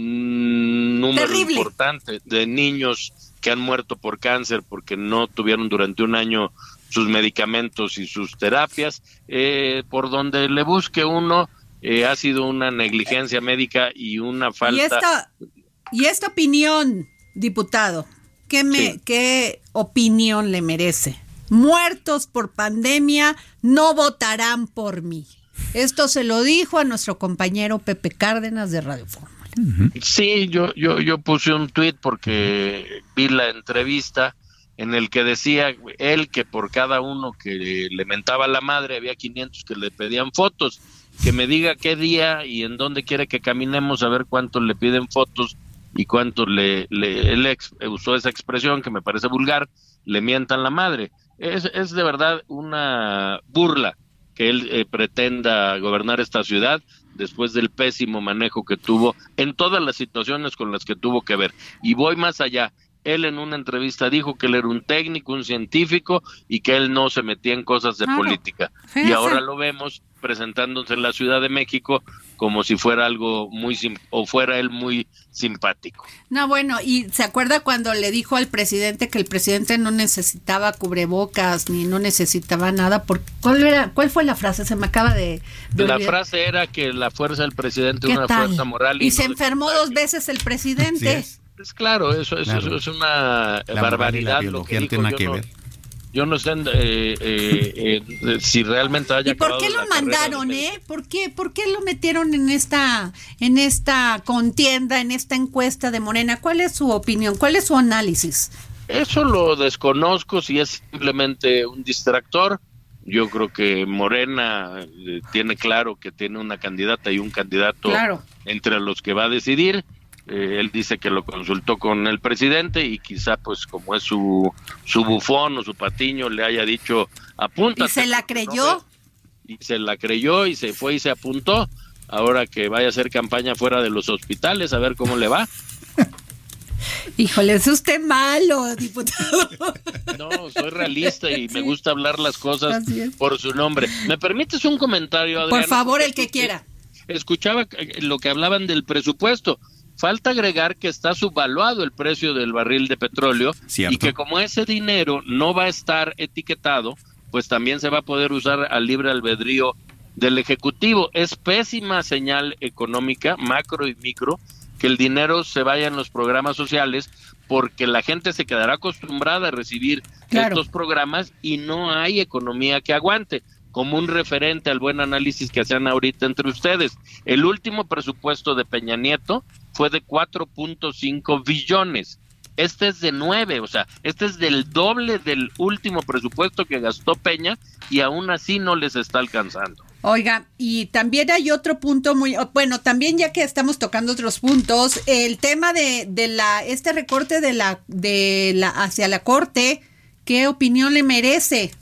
mm, número Terrible. Importante de niños que han muerto por cáncer porque no tuvieron durante un año sus medicamentos y sus terapias, eh, por donde le busque uno, eh, ha sido una negligencia médica y una falta... Y esta, y esta opinión... Diputado, ¿qué, me, sí. ¿qué opinión le merece? Muertos por pandemia no votarán por mí. Esto se lo dijo a nuestro compañero Pepe Cárdenas de Radio Fórmula. Sí, yo, yo, yo puse un tuit porque vi la entrevista en el que decía él que por cada uno que le mentaba a la madre había quinientos que le pedían fotos, que me diga qué día y en dónde quiere que caminemos a ver cuánto le piden fotos y cuánto le, le él ex, usó esa expresión que me parece vulgar, le mientan la madre. Es, es de verdad una burla que él eh, pretenda gobernar esta ciudad después del pésimo manejo que tuvo en todas las situaciones con las que tuvo que ver. Y voy más allá. Él en una entrevista dijo que él era un técnico, un científico y que él no se metía en cosas de claro. política. Fíjese. Y ahora lo vemos presentándose en la Ciudad de México como si fuera algo muy sim- o fuera él muy simpático. No, bueno, y ¿se acuerda cuando le dijo al presidente que el presidente no necesitaba cubrebocas ni no necesitaba nada? Por, ¿cuál era, cuál fue la frase? Se me acaba de, de La olvidar. frase era que la fuerza del presidente es una tal? fuerza moral. Y, y se no enfermó dos veces el presidente. Sí, es claro, eso, eso, claro. eso es una la barbaridad. Lo que dijo, yo, que no, ver. yo no sé eh, eh, eh, si realmente haya. ¿Y por qué lo mandaron, eh? ¿Por qué, por qué lo metieron en esta, en esta contienda, en esta encuesta de Morena? ¿Cuál es su opinión? ¿Cuál es su análisis? Eso lo desconozco, si es simplemente un distractor. Yo creo que Morena eh, tiene claro que tiene una candidata y un candidato claro. entre los que va a decidir. Eh, él dice que lo consultó con el presidente y quizá pues como es su su bufón o su patiño le haya dicho apúntate. ¿Y se la creyó? ¿no? Y se la creyó y se fue y se apuntó. Ahora que vaya a hacer campaña fuera de los hospitales a ver cómo le va. Híjole, es usted malo, diputado. No, soy realista y sí. me gusta hablar las cosas por su nombre. ¿Me permites un comentario, Adriana? Por favor, el que quiera. Escuchaba lo que hablaban del presupuesto. Falta agregar que está subvaluado el precio del barril de petróleo. Cierto. Y que como ese dinero no va a estar etiquetado, pues también se va a poder usar al libre albedrío del Ejecutivo. Es pésima señal económica, macro y micro, que el dinero se vaya en los programas sociales, porque la gente se quedará acostumbrada a recibir claro. estos programas y no hay economía que aguante. Como un referente al buen análisis que hacían ahorita entre ustedes, el último presupuesto de Peña Nieto fue de cuatro punto cinco billones. Este es de nueve, o sea, este es del doble del último presupuesto que gastó Peña y aún así no les está alcanzando. Oiga, y también hay otro punto muy, bueno, también ya que estamos tocando otros puntos, el tema de, de la, este recorte de la, de la, hacia la Corte, ¿qué opinión le merece?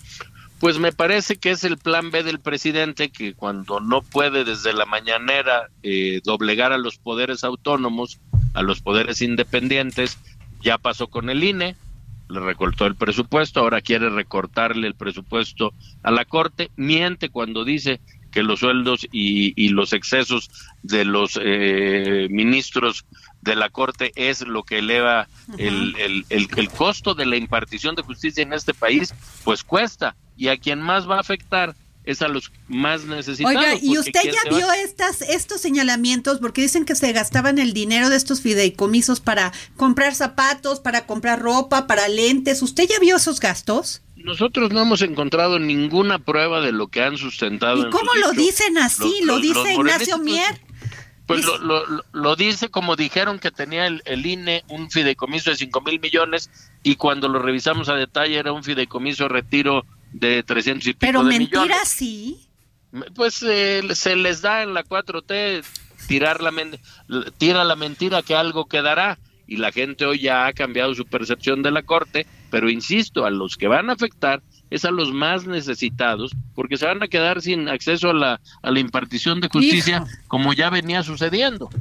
Pues me parece que es el plan B del presidente, que cuando no puede desde la mañanera eh, doblegar a los poderes autónomos, a los poderes independientes, ya pasó con el I N E, le recortó el presupuesto, ahora quiere recortarle el presupuesto a la Corte, miente cuando dice que los sueldos y, y los excesos de los eh, ministros de la Corte es lo que eleva uh-huh. el, el, el, el costo de la impartición de justicia en este país, pues cuesta, y a quien más va a afectar es a los más necesitados. Oiga, ¿y usted ya vio estas, estos señalamientos? Porque dicen que se gastaban el dinero de estos fideicomisos para comprar zapatos, para comprar ropa, para lentes. ¿Usted ya vio esos gastos? Nosotros no hemos encontrado ninguna prueba de lo que han sustentado. ¿Y cómo lo dicen así? Lo, lo dice Ignacio Mier. Pues lo, lo, lo dice como dijeron que tenía el, el I N E un fideicomiso de cinco mil millones y cuando lo revisamos a detalle era un fideicomiso retiro de trescientos y pico Pero de mentira, millones. Sí. Pues eh, se les da en la cuatro T tirar la men- tira la mentira que algo quedará y la gente hoy ya ha cambiado su percepción de la Corte, pero insisto, a los que van a afectar es a los más necesitados, porque se van a quedar sin acceso a la a la impartición de justicia, Hijo. como ya venía sucediendo.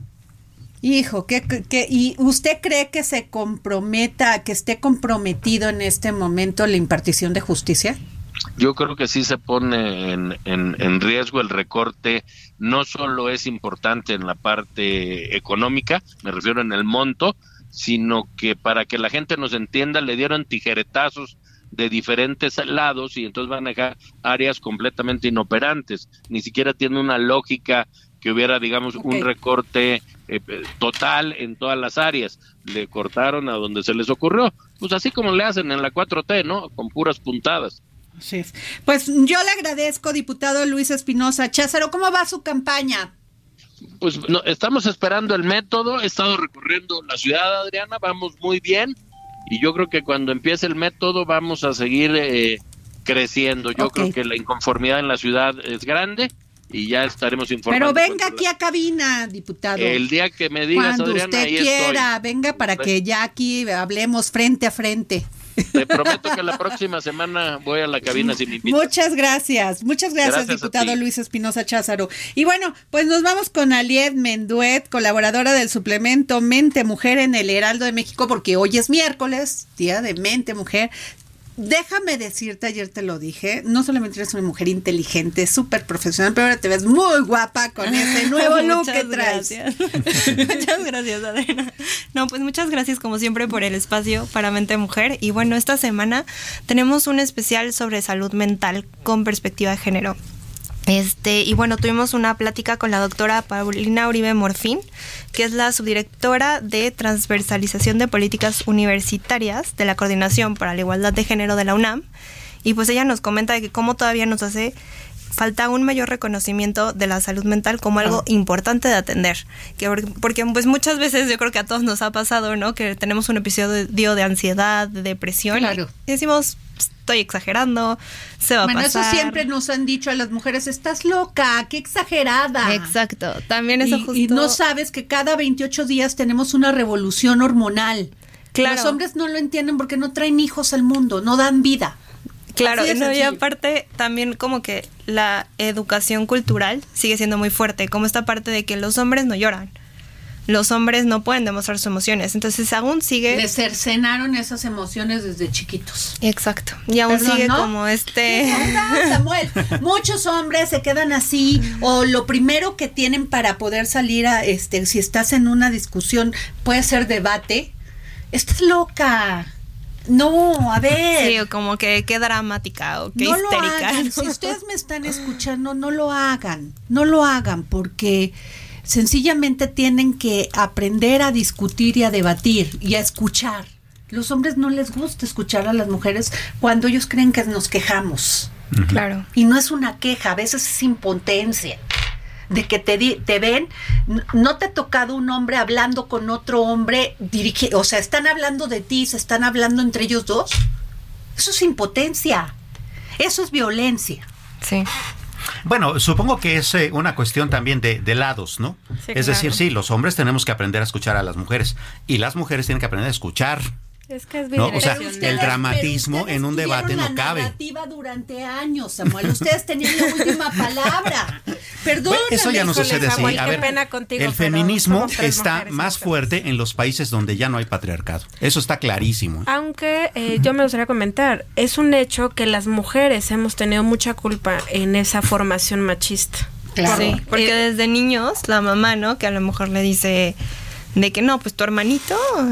Hijo, ¿qué, qué, ¿y usted cree que se comprometa, que esté comprometido en este momento la impartición de justicia? Yo creo que sí se pone en, en, en riesgo el recorte, no solo es importante en la parte económica, me refiero en el monto, sino que para que la gente nos entienda, le dieron tijeretazos de diferentes lados y entonces van a dejar áreas completamente inoperantes, ni siquiera tiene una lógica que hubiera, digamos, okay. un recorte eh, total en todas las áreas, le cortaron a donde se les ocurrió, pues así como le hacen en la cuatro T, ¿no? Con puras puntadas. Sí. Pues yo le agradezco, diputado Luis Espinosa Cházaro. ¿Cómo va su campaña? Pues no, estamos esperando el método, he estado recorriendo la ciudad, Adriana, vamos muy bien y yo creo que cuando empiece el método vamos a seguir eh, creciendo. Yo okay. creo que la inconformidad en la ciudad es grande y ya estaremos informando. Pero venga aquí la... a cabina, diputado. El día que me digas, Cuando Adriana, usted ahí quiera, estoy. venga para que ya aquí hablemos frente a frente. Te prometo que la próxima semana voy a la cabina si me invitas. Muchas gracias, muchas gracias, gracias diputado Luis Espinosa Cházaro. Y bueno, pues nos vamos con Aliet Menduet, colaboradora del suplemento Mente Mujer en el Heraldo de México, porque hoy es miércoles, día de Mente Mujer. Déjame decirte, ayer te lo dije, no solamente eres una mujer inteligente, súper profesional, pero ahora te ves muy guapa con ese nuevo look que traes. Gracias. Muchas gracias, Adriana. No, pues muchas gracias como siempre por el espacio para Mente Mujer. Y bueno, esta semana tenemos un especial sobre salud mental con perspectiva de género. Este, y bueno, tuvimos una plática con la doctora Paulina Uribe Morfín, que es la subdirectora de transversalización de políticas universitarias de la Coordinación para la Igualdad de Género de la UNAM. Y pues ella nos comenta de que cómo todavía nos hace falta un mayor reconocimiento de la salud mental como algo ah. importante de atender. Que porque pues muchas veces yo creo que a todos nos ha pasado, ¿no? Que tenemos un episodio de ansiedad, de depresión. Claro. Y decimos, estoy exagerando, se va bueno, a pasar. Bueno, eso siempre nos han dicho a las mujeres, estás loca, qué exagerada. Exacto, también eso y, justo. Y no sabes que cada veintiocho días tenemos una revolución hormonal. Claro. Los hombres no lo entienden porque no traen hijos al mundo, no dan vida. Claro, no, y aparte también como que la educación cultural sigue siendo muy fuerte, como esta parte de que los hombres no lloran. los hombres no pueden demostrar sus emociones. Entonces aún sigue... Les cercenaron esas emociones desde chiquitos. Exacto. Y aún Perdón, sigue ¿no? como este... No, Samuel, muchos hombres se quedan así, o lo primero que tienen para poder salir a, este, si estás en una discusión, puede ser debate. Estás loca. No, a ver. Sí, o como que qué dramática o qué no histérica. Lo hagan. ¿no? Si ustedes me están escuchando, no lo hagan. No lo hagan porque sencillamente tienen que aprender a discutir y a debatir y a escuchar. Los hombres no les gusta escuchar a las mujeres cuando ellos creen que nos quejamos. Claro. Y no es una queja, a veces es impotencia. De que te, di, te ven, no te ha tocado un hombre hablando con otro hombre, dirige, o sea, están hablando de ti, se están hablando entre ellos dos. Eso es impotencia, eso es violencia. Sí. Bueno, supongo que es eh, una cuestión también de, de lados, ¿no? Sí, es claro. decir, sí, los hombres tenemos que aprender a escuchar a las mujeres y las mujeres tienen que aprender a escuchar. Es que es ¿no? O sea, bidireccional. el dramatismo en un debate no cabe. La narrativa durante años, Samuel. Ustedes tenían la última palabra. Perdón. Eso ya no sucede así. Samuel, A qué ver, pena contigo, el pero feminismo somos tres está mujeres más fuerte en los países donde ya no hay patriarcado. Eso está clarísimo. Aunque eh, yo me gustaría comentar, es un hecho que las mujeres hemos tenido mucha culpa en esa formación machista. Claro. Sí, porque Eh, desde niños la mamá, ¿no? Que a lo mejor le dice de que no, pues tu hermanito...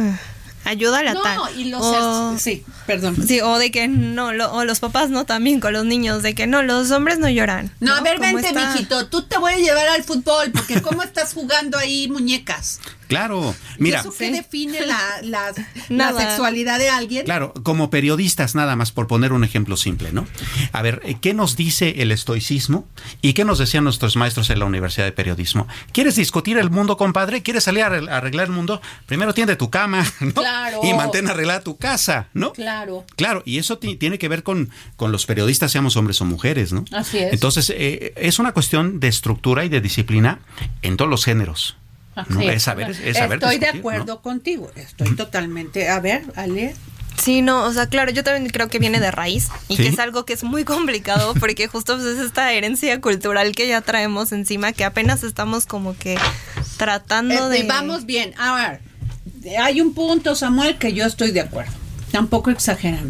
ayúdala no, tal. y los o, sí, perdón. Sí, o de que no, lo, o los papás no también con los niños, de que no, los hombres no lloran. No, No, a ver, ¿cómo vente, está? mijito, tú te voy a llevar al fútbol, porque ¿cómo estás jugando ahí muñecas? Claro, mira. ¿Y eso qué define la, la, la Nada. sexualidad de alguien? Claro, como periodistas nada más, por poner un ejemplo simple, ¿no? A ver, ¿qué nos dice el estoicismo y qué nos decían nuestros maestros en la Universidad de Periodismo? ¿Quieres discutir el mundo, compadre? ¿Quieres salir a arreglar el mundo? Primero tiende tu cama, ¿no? Claro. Y mantén arreglada tu casa, ¿no? Claro. Claro, y eso t- tiene que ver con, con los periodistas, seamos hombres o mujeres, ¿no? Así es. Entonces, eh, es una cuestión de estructura y de disciplina en todos los géneros. ¿no? Así Es saber, es saber Estoy de discutir, acuerdo ¿no? contigo, estoy totalmente. A ver, Ale. Sí, no, o sea, claro, yo también creo que viene de raíz y ¿Sí? que es algo que es muy complicado porque justo pues, es esta herencia cultural que ya traemos encima que apenas estamos como que tratando Eh, de... Vamos bien. A ver, hay un punto, Samuel, que yo estoy de acuerdo. Tampoco exagerando.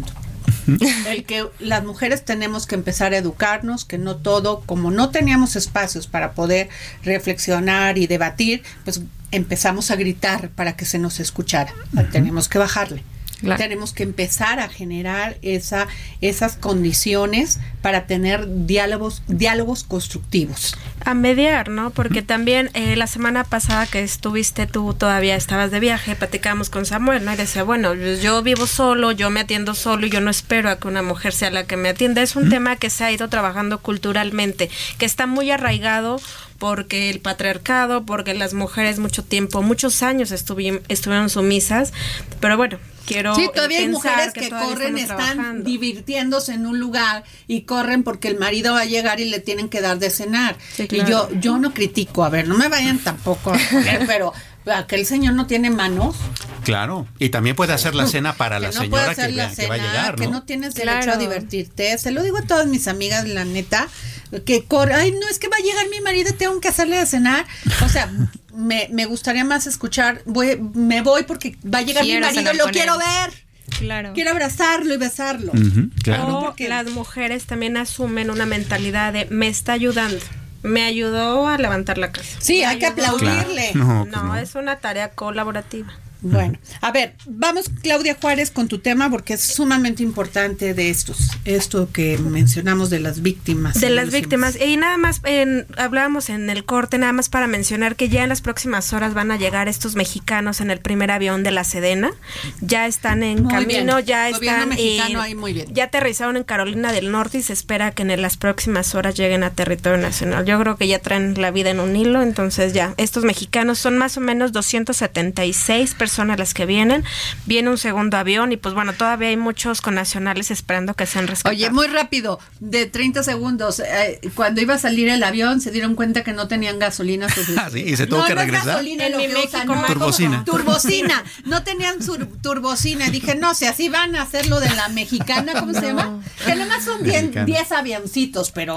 El que las mujeres tenemos que empezar a educarnos, que no todo, como no teníamos espacios para poder reflexionar y debatir, pues empezamos a gritar para que se nos escuchara. Tenemos que bajarle. Claro. Tenemos que empezar a generar esa, esas condiciones para tener diálogos, diálogos constructivos. A mediar, ¿no? Porque también eh, la semana pasada que estuviste tú todavía estabas de viaje, platicábamos con Samuel, ¿no? Y decía, bueno, yo vivo solo, yo me atiendo solo y yo no espero a que una mujer sea la que me atienda. Es un ¿Mm? tema que se ha ido trabajando culturalmente, que está muy arraigado porque el patriarcado, porque las mujeres mucho tiempo, muchos años estuvi- estuvieron sumisas, pero bueno, quiero Sí, todavía hay mujeres que, que todavía corren, estamos están trabajando. divirtiéndose en un lugar y corren porque el marido va a llegar y le tienen que dar de cenar. Sí, Y yo yo no critico, a ver, no me vayan tampoco a poner, pero aquel señor no tiene manos. Claro, y también puede hacer la cena para Que la no puede señora hacer que, la que cena, va a llegar, ¿no? que no tienes derecho Claro. a divertirte. Se lo digo a todas mis amigas, la neta, que corre, ay, no, es que va a llegar mi marido, tengo que hacerle de cenar. O sea, me, me gustaría más escuchar, voy, me voy porque va a llegar Quiero mi marido, cenar lo con quiero él. ver. Claro. Quiero abrazarlo y besarlo. Ujú, claro. O porque- las mujeres también asumen una mentalidad de me está ayudando, me ayudó a levantar la casa. Sí, Me hay que ayudó- aplaudirle. Claro. No, pues No, no. es una tarea colaborativa. Bueno, a ver, vamos Claudia Juárez con tu tema porque es sumamente importante de estos, esto que mencionamos de las víctimas. De las los víctimas. Y nada más, en, hablábamos en el corte, nada más para mencionar que ya en las próximas horas van a llegar estos mexicanos en el primer avión de la Sedena. Ya están en Muy camino, bien. ya Gobierno están mexicano en- ahí, muy bien. ya aterrizaron en Carolina del Norte y se espera que en las próximas horas lleguen a territorio nacional. Yo creo que ya traen la vida en un hilo, entonces ya, estos mexicanos son más o menos doscientas setenta y seis personas las que vienen. Viene un segundo avión y pues bueno, todavía hay muchos connacionales esperando que sean rescatados. Oye, muy rápido, de treinta segundos, eh, cuando iba a salir el avión se dieron cuenta que no tenían gasolina suficiente. Ah, sí, y se tuvo no, que no es regresar. gasolina En lo mi que México usan, no no, hay Turbocina. Turbocina, no tenían sur- turbocina. Dije, no, si así van a hacer lo de la mexicana, ¿cómo se llama? Que nada más son Mexicana. diez avioncitos, pero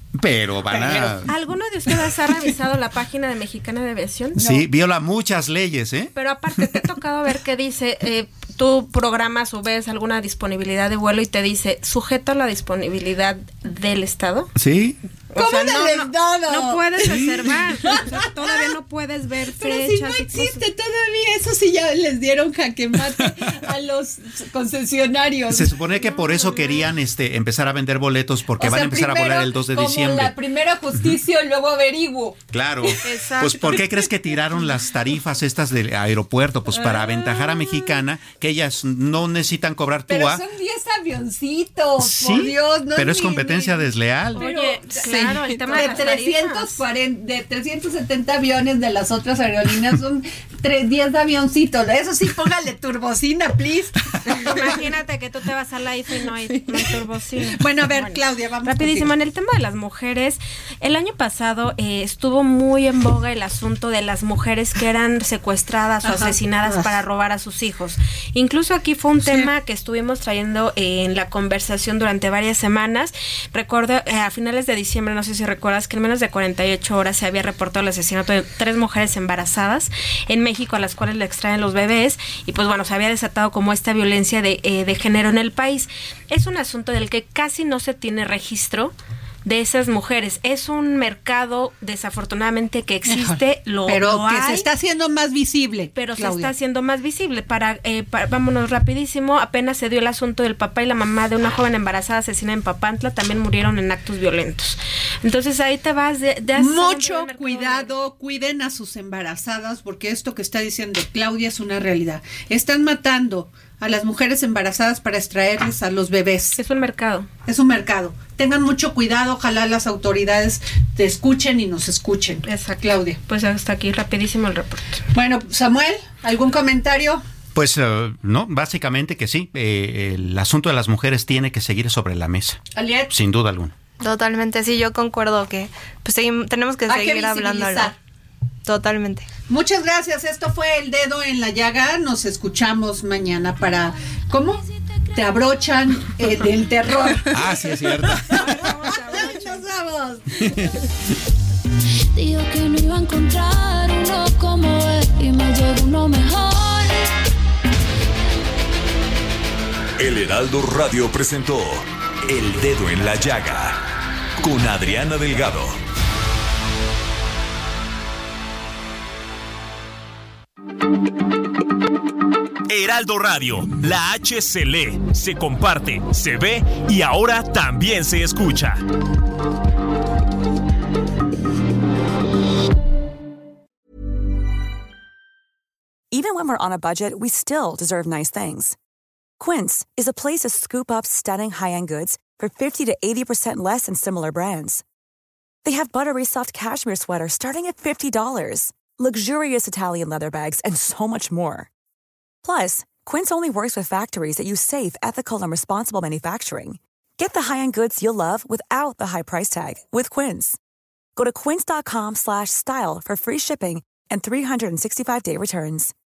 Pero van a... ¿Alguno de ustedes ha revisado la página de Mexicana de Aviación? Sí, No. viola muchas leyes, ¿eh? Pero aparte te ha tocado ver que dice, eh, tú programas o ves alguna disponibilidad de vuelo y te dice, sujeto a la disponibilidad del Estado. Sí. O sea, ¿Cómo no, del no, Estado? no puedes reservar, o sea, todavía no puedes ver Pero fechas. si no y existe cosas. todavía, eso sí ya les dieron jaque mate a los concesionarios. Se supone que por eso querían este empezar a vender boletos porque O van sea, a empezar primero, a volar el dos de como diciembre. la primera justicia y luego averiguo. Claro. Exacto. Pues ¿por qué crees que tiraron las tarifas estas del aeropuerto? Pues para aventajar a Mexicana, que ellas no necesitan cobrar Pero TUA. son diez avioncitos, Sí, por Dios. No pero es ni- competencia ni- desleal. Oye, claro, el tema de de las trescientos cuarenta, de trescientos setenta aviones de las otras aerolíneas son tres, diez avioncitos. Eso sí, póngale turbocina, please. Imagínate que tú te vas a la I F A y no hay, no hay turbocina. Bueno, a ver, Claudia, vamos rapidísimo, contigo. en el tema de las mujeres, el año pasado eh, estuvo muy en boga el asunto de las mujeres que eran secuestradas o Ajá. asesinadas Ajá. para robar a sus hijos. Incluso aquí fue un tema que estuvimos trayendo eh, en la conversación durante varias semanas. Recuerdo eh, a finales de diciembre, no sé si recuerdas, que en menos de cuarenta y ocho horas se había reportado el asesinato de tres mujeres embarazadas en México, a las cuales le extraen los bebés, y pues bueno, se había desatado como esta violencia de, eh, de género en el país. Es un asunto del que casi no se tiene registro de esas mujeres. Es un mercado, desafortunadamente, que existe, lo, pero lo que hay, se está haciendo más visible. pero Claudia. se está haciendo más visible. Para, eh, para- vámonos rapidísimo, apenas se dio el asunto del papá y la mamá de una joven embarazada asesinada en Papantla, también murieron en actos violentos. Entonces ahí te vas de, de Mucho cuidado, cuiden a sus embarazadas, porque esto que está diciendo Claudia es una realidad. Están matando a las mujeres embarazadas para extraerles a los bebés. Es un mercado. Es un mercado. Tengan mucho cuidado, ojalá las autoridades te escuchen y nos escuchen. Exacto. Claudia. Pues hasta aquí rapidísimo el reporte. Bueno, Samuel, ¿algún comentario? Pues uh, no, básicamente que sí. Eh, el asunto de las mujeres tiene que seguir sobre la mesa. Aliet. Sin duda alguna. Totalmente, sí, yo concuerdo que pues seguim- tenemos que Hay que seguir hablándolo. visibilizar. Totalmente. Muchas gracias. Esto fue El Dedo en la Llaga. Nos escuchamos mañana para... ¿Cómo? Te abrochan eh, del terror. Ah, sí, es cierto. Nos vamos. Dijo que no iba a encontrar uno como él y me llegó uno mejor. El Heraldo Radio presentó El Dedo en la Llaga con Adriana Delgado. Heraldo Radio, la H se lee, se comparte, se ve y ahora también se escucha. Even when we're on a budget, we still deserve nice things. Quince is a place to scoop up stunning high-end goods for fifty to eighty percent less than similar brands. They have buttery soft cashmere sweaters starting at fifty dollars, luxurious Italian leather bags, and so much more. Plus, Quince only works with factories that use safe, ethical, and responsible manufacturing. Get the high-end goods you'll love without the high price tag with Quince. Go to quince.com slash style for free shipping and three sixty-five day returns.